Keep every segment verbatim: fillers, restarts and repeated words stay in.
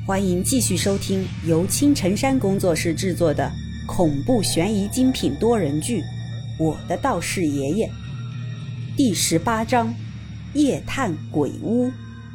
欢迎继续收听由青城山工作室制作的恐怖悬疑精品多人剧《我的道士爷爷》第十八章夜探鬼屋。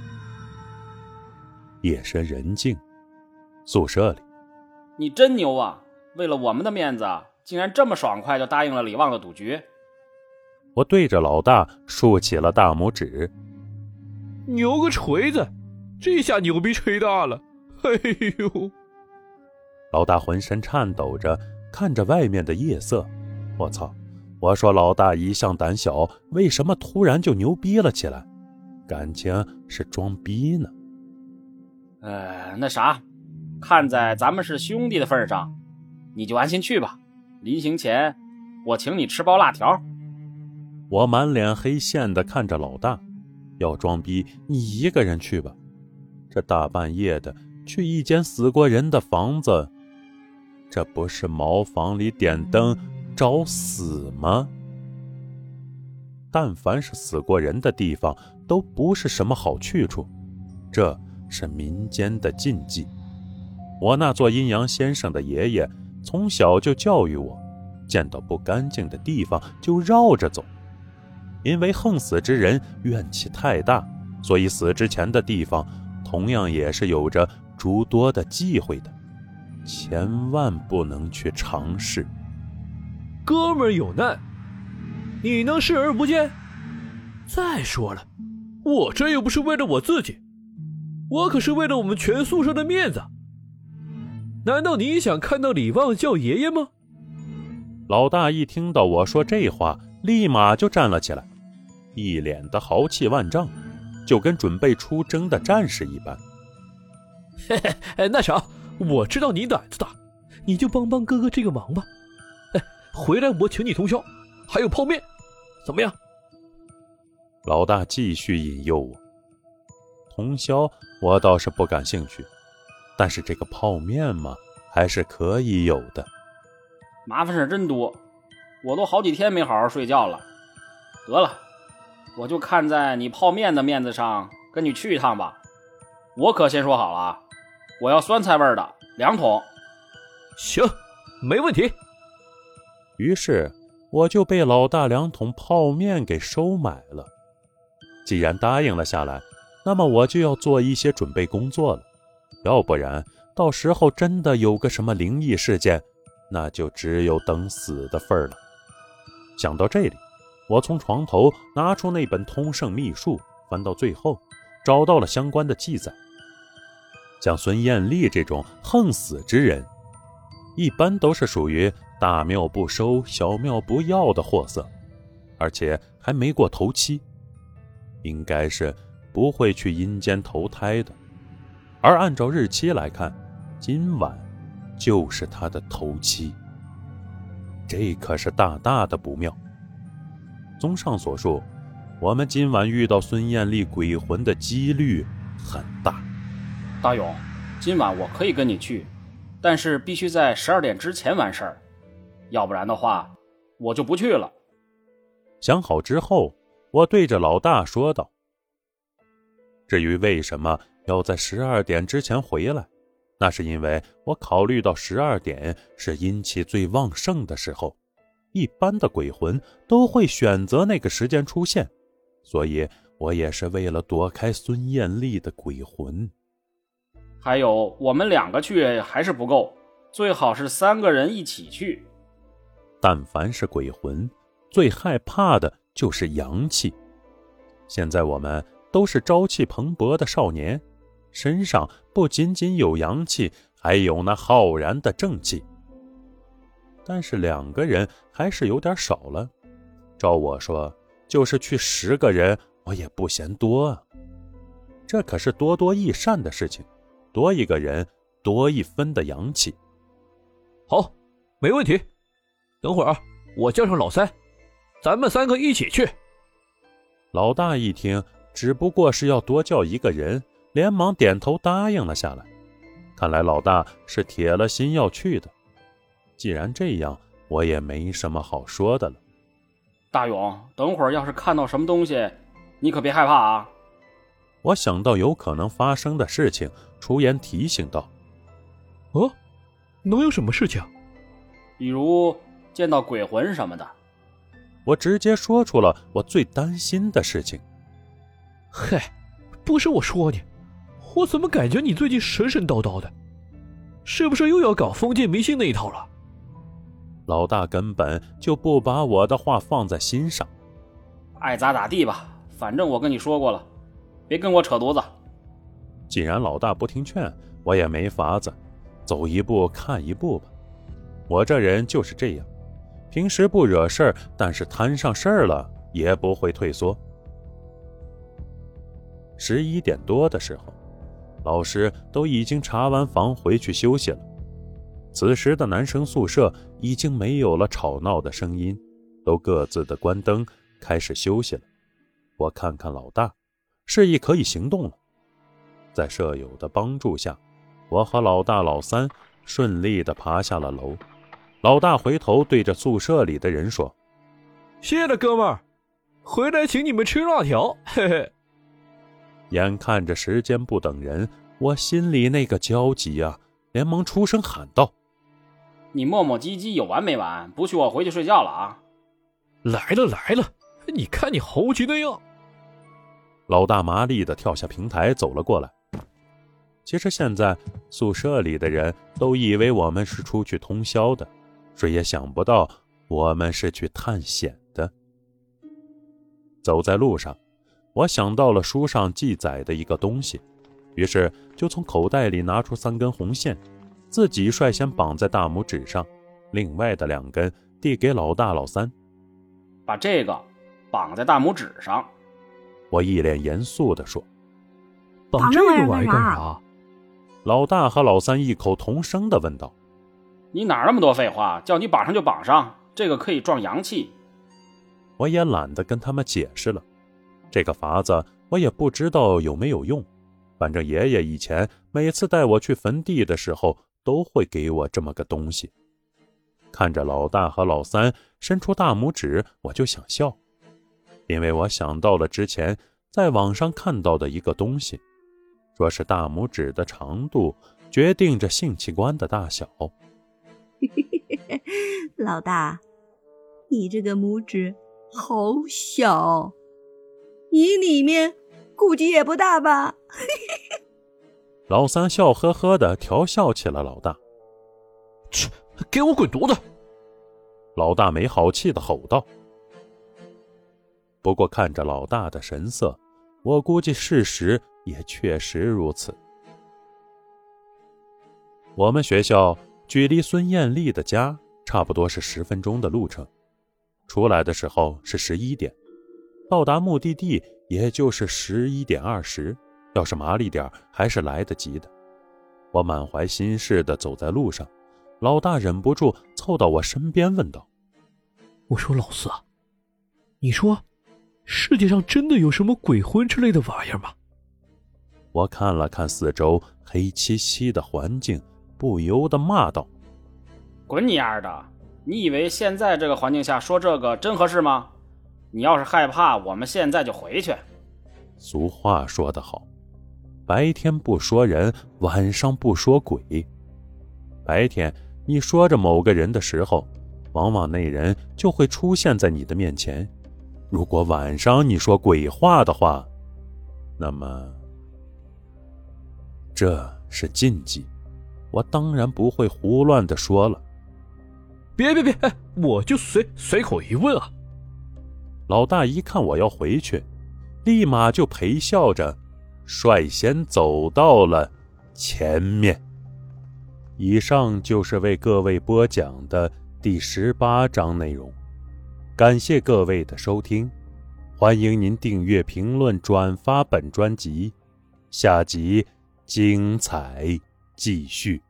夜深人静，宿舍里， 你真牛啊，为了我们的面子竟然这么爽快就答应了李旺的赌局。 我对着老大竖起了大拇指。 牛个锤子，这下牛逼吹大了，哎呦！ 老大浑身颤抖着看着外面的夜色，我操，我说老大一向胆小，为什么突然就牛逼了起来？感情是装逼呢？ 呃，那啥，看在咱们是兄弟的份上，你就安心去吧，临行前我请你吃包辣条。 我满脸黑线地看着老大，要装逼你一个人去吧，这大半夜的去一间死过人的房子，这不是茅房里点灯找死吗？但凡是死过人的地方都不是什么好去处，这是民间的禁忌。我那做阴阳先生的爷爷从小就教育我，见到不干净的地方就绕着走，因为横死之人怨气太大，所以死之前的地方同样也是有着诸多的忌讳的，千万不能去尝试。 哥们儿有难，你能视而不见？再说了，我这又不是为了我自己，我可是为了我们全宿舍的面子。难道你想看到李旺叫爷爷吗？ 老大一听到我说这话，立马就站了起来，一脸的豪气万丈，就跟准备出征的战士一般。 嘿嘿，那啥，我知道你胆子大，你就帮帮哥哥这个忙吧。哎，回来我请你通宵，还有泡面，怎么样？ 老大继续引诱我。通宵我倒是不感兴趣，但是这个泡面嘛，还是可以有的。 麻烦事真多，我都好几天没好好睡觉了。得了，我就看在你泡面的面子上跟你去一趟吧。我可先说好了啊，我要酸菜味的两桶。 行，没问题。 于是我就被老大两桶泡面给收买了。既然答应了下来，那么我就要做一些准备工作了，要不然到时候真的有个什么灵异事件，那就只有等死的份儿了。想到这里，我从床头拿出那本通胜秘术，翻到最后找到了相关的记载。像孙艳丽这种横死之人，一般都是属于大庙不收小庙不要的货色，而且还没过头七，应该是不会去阴间投胎的。而按照日期来看，今晚就是他的头七，这可是大大的不妙。综上所述，我们今晚遇到孙艳丽鬼魂的几率很大。 大勇，今晚我可以跟你去，但是必须在十二点之前完事儿，要不然的话我就不去了。 想好之后，我对着老大说道，至于为什么要在十二点之前回来，那是因为我考虑到十二点是阴气最旺盛的时候，一般的鬼魂都会选择那个时间出现，所以我也是为了躲开孙艳丽的鬼魂。 还有，我们两个去还是不够，最好是三个人一起去。 但凡是鬼魂，最害怕的就是阳气。现在我们都是朝气蓬勃的少年，身上不仅仅有阳气，还有那浩然的正气。但是两个人还是有点少了，照我说，就是去十个人我也不嫌多啊。这可是多多益善的事情，多一个人多一分的阳气。 好，没问题。等会儿我叫上老三，咱们三个一起去。 老大一听只不过是要多叫一个人，连忙点头答应了下来。看来老大是铁了心要去的。既然这样，我也没什么好说的了。 大勇，等会儿要是看到什么东西，你可别害怕啊。 我想到有可能发生的事情，出言提醒道： 哦，能有什么事情？ 比如见到鬼魂什么的。 我直接说出了我最担心的事情。 嗨，不是我说你，我怎么感觉你最近神神叨叨的？是不是又要搞封建迷信那一套了？ 老大根本就不把我的话放在心上。 爱咋咋地吧，反正我跟你说过了，别跟我扯犊子。 既然老大不听劝，我也没法子，走一步看一步吧。我这人就是这样，平时不惹事儿，但是摊上事儿了也不会退缩。十一点多的时候，老师都已经查完房回去休息了。此时的男生宿舍已经没有了吵闹的声音，都各自的关灯，开始休息了。我看看老大，示意可以行动了。在舍友的帮助下，我和老大老三顺利地爬下了楼。老大回头对着宿舍里的人说： 谢谢了哥们儿，回来请你们吃辣条，嘿嘿。 眼看着时间不等人，我心里那个焦急啊，连忙出声喊道： 你磨磨唧唧有完没完？不许我回去睡觉了啊！ 来了来了，你看你猴急的样。 老大麻利地跳下平台走了过来。其实现在宿舍里的人都以为我们是出去通宵的，谁也想不到我们是去探险的。走在路上，我想到了书上记载的一个东西，于是就从口袋里拿出三根红线，自己率先绑在大拇指上，另外的两根递给老大老三。 把这个绑在大拇指上。 我一脸严肃地说。 绑这个玩意干啥？ 老大和老三异口同声地问道。 你哪那么多废话，叫你绑上就绑上，这个可以壮阳气。 我也懒得跟他们解释了，这个法子我也不知道有没有用，反正爷爷以前每次带我去坟地的时候都会给我这么个东西。看着老大和老三伸出大拇指，我就想笑，因为我想到了之前在网上看到的一个东西，说是大拇指的长度决定着性器官的大小。 老大，你这个拇指好小，你里面估计也不大吧？ 老三笑呵呵地调笑起了老大。 切，给我滚犊子！ 老大没好气地吼道。不过看着老大的神色，我估计事实也确实如此。我们学校距离孙艳丽的家差不多是十分钟的路程，出来的时候是十一点，到达目的地也就是十一点二十，要是麻利点还是来得及的。我满怀心事地走在路上，老大忍不住凑到我身边问道： 我说老四啊，你说世界上真的有什么鬼魂之类的玩意儿吗？ 我看了看四周黑漆漆的环境，不由得骂道： 滚你丫的！你以为现在这个环境下说这个真合适吗？你要是害怕，我们现在就回去。 俗话说得好，白天不说人，晚上不说鬼。白天你说着某个人的时候，往往那人就会出现在你的面前。如果晚上你说鬼话的话，那么这是禁忌，我当然不会胡乱地说了。 别别别，我就随随口一问啊。 老大一看我要回去，立马就陪笑着率先走到了前面。以上就是为各位播讲的第十八章内容，感谢各位的收听，欢迎您订阅、评论、转发本专辑，下集精彩继续。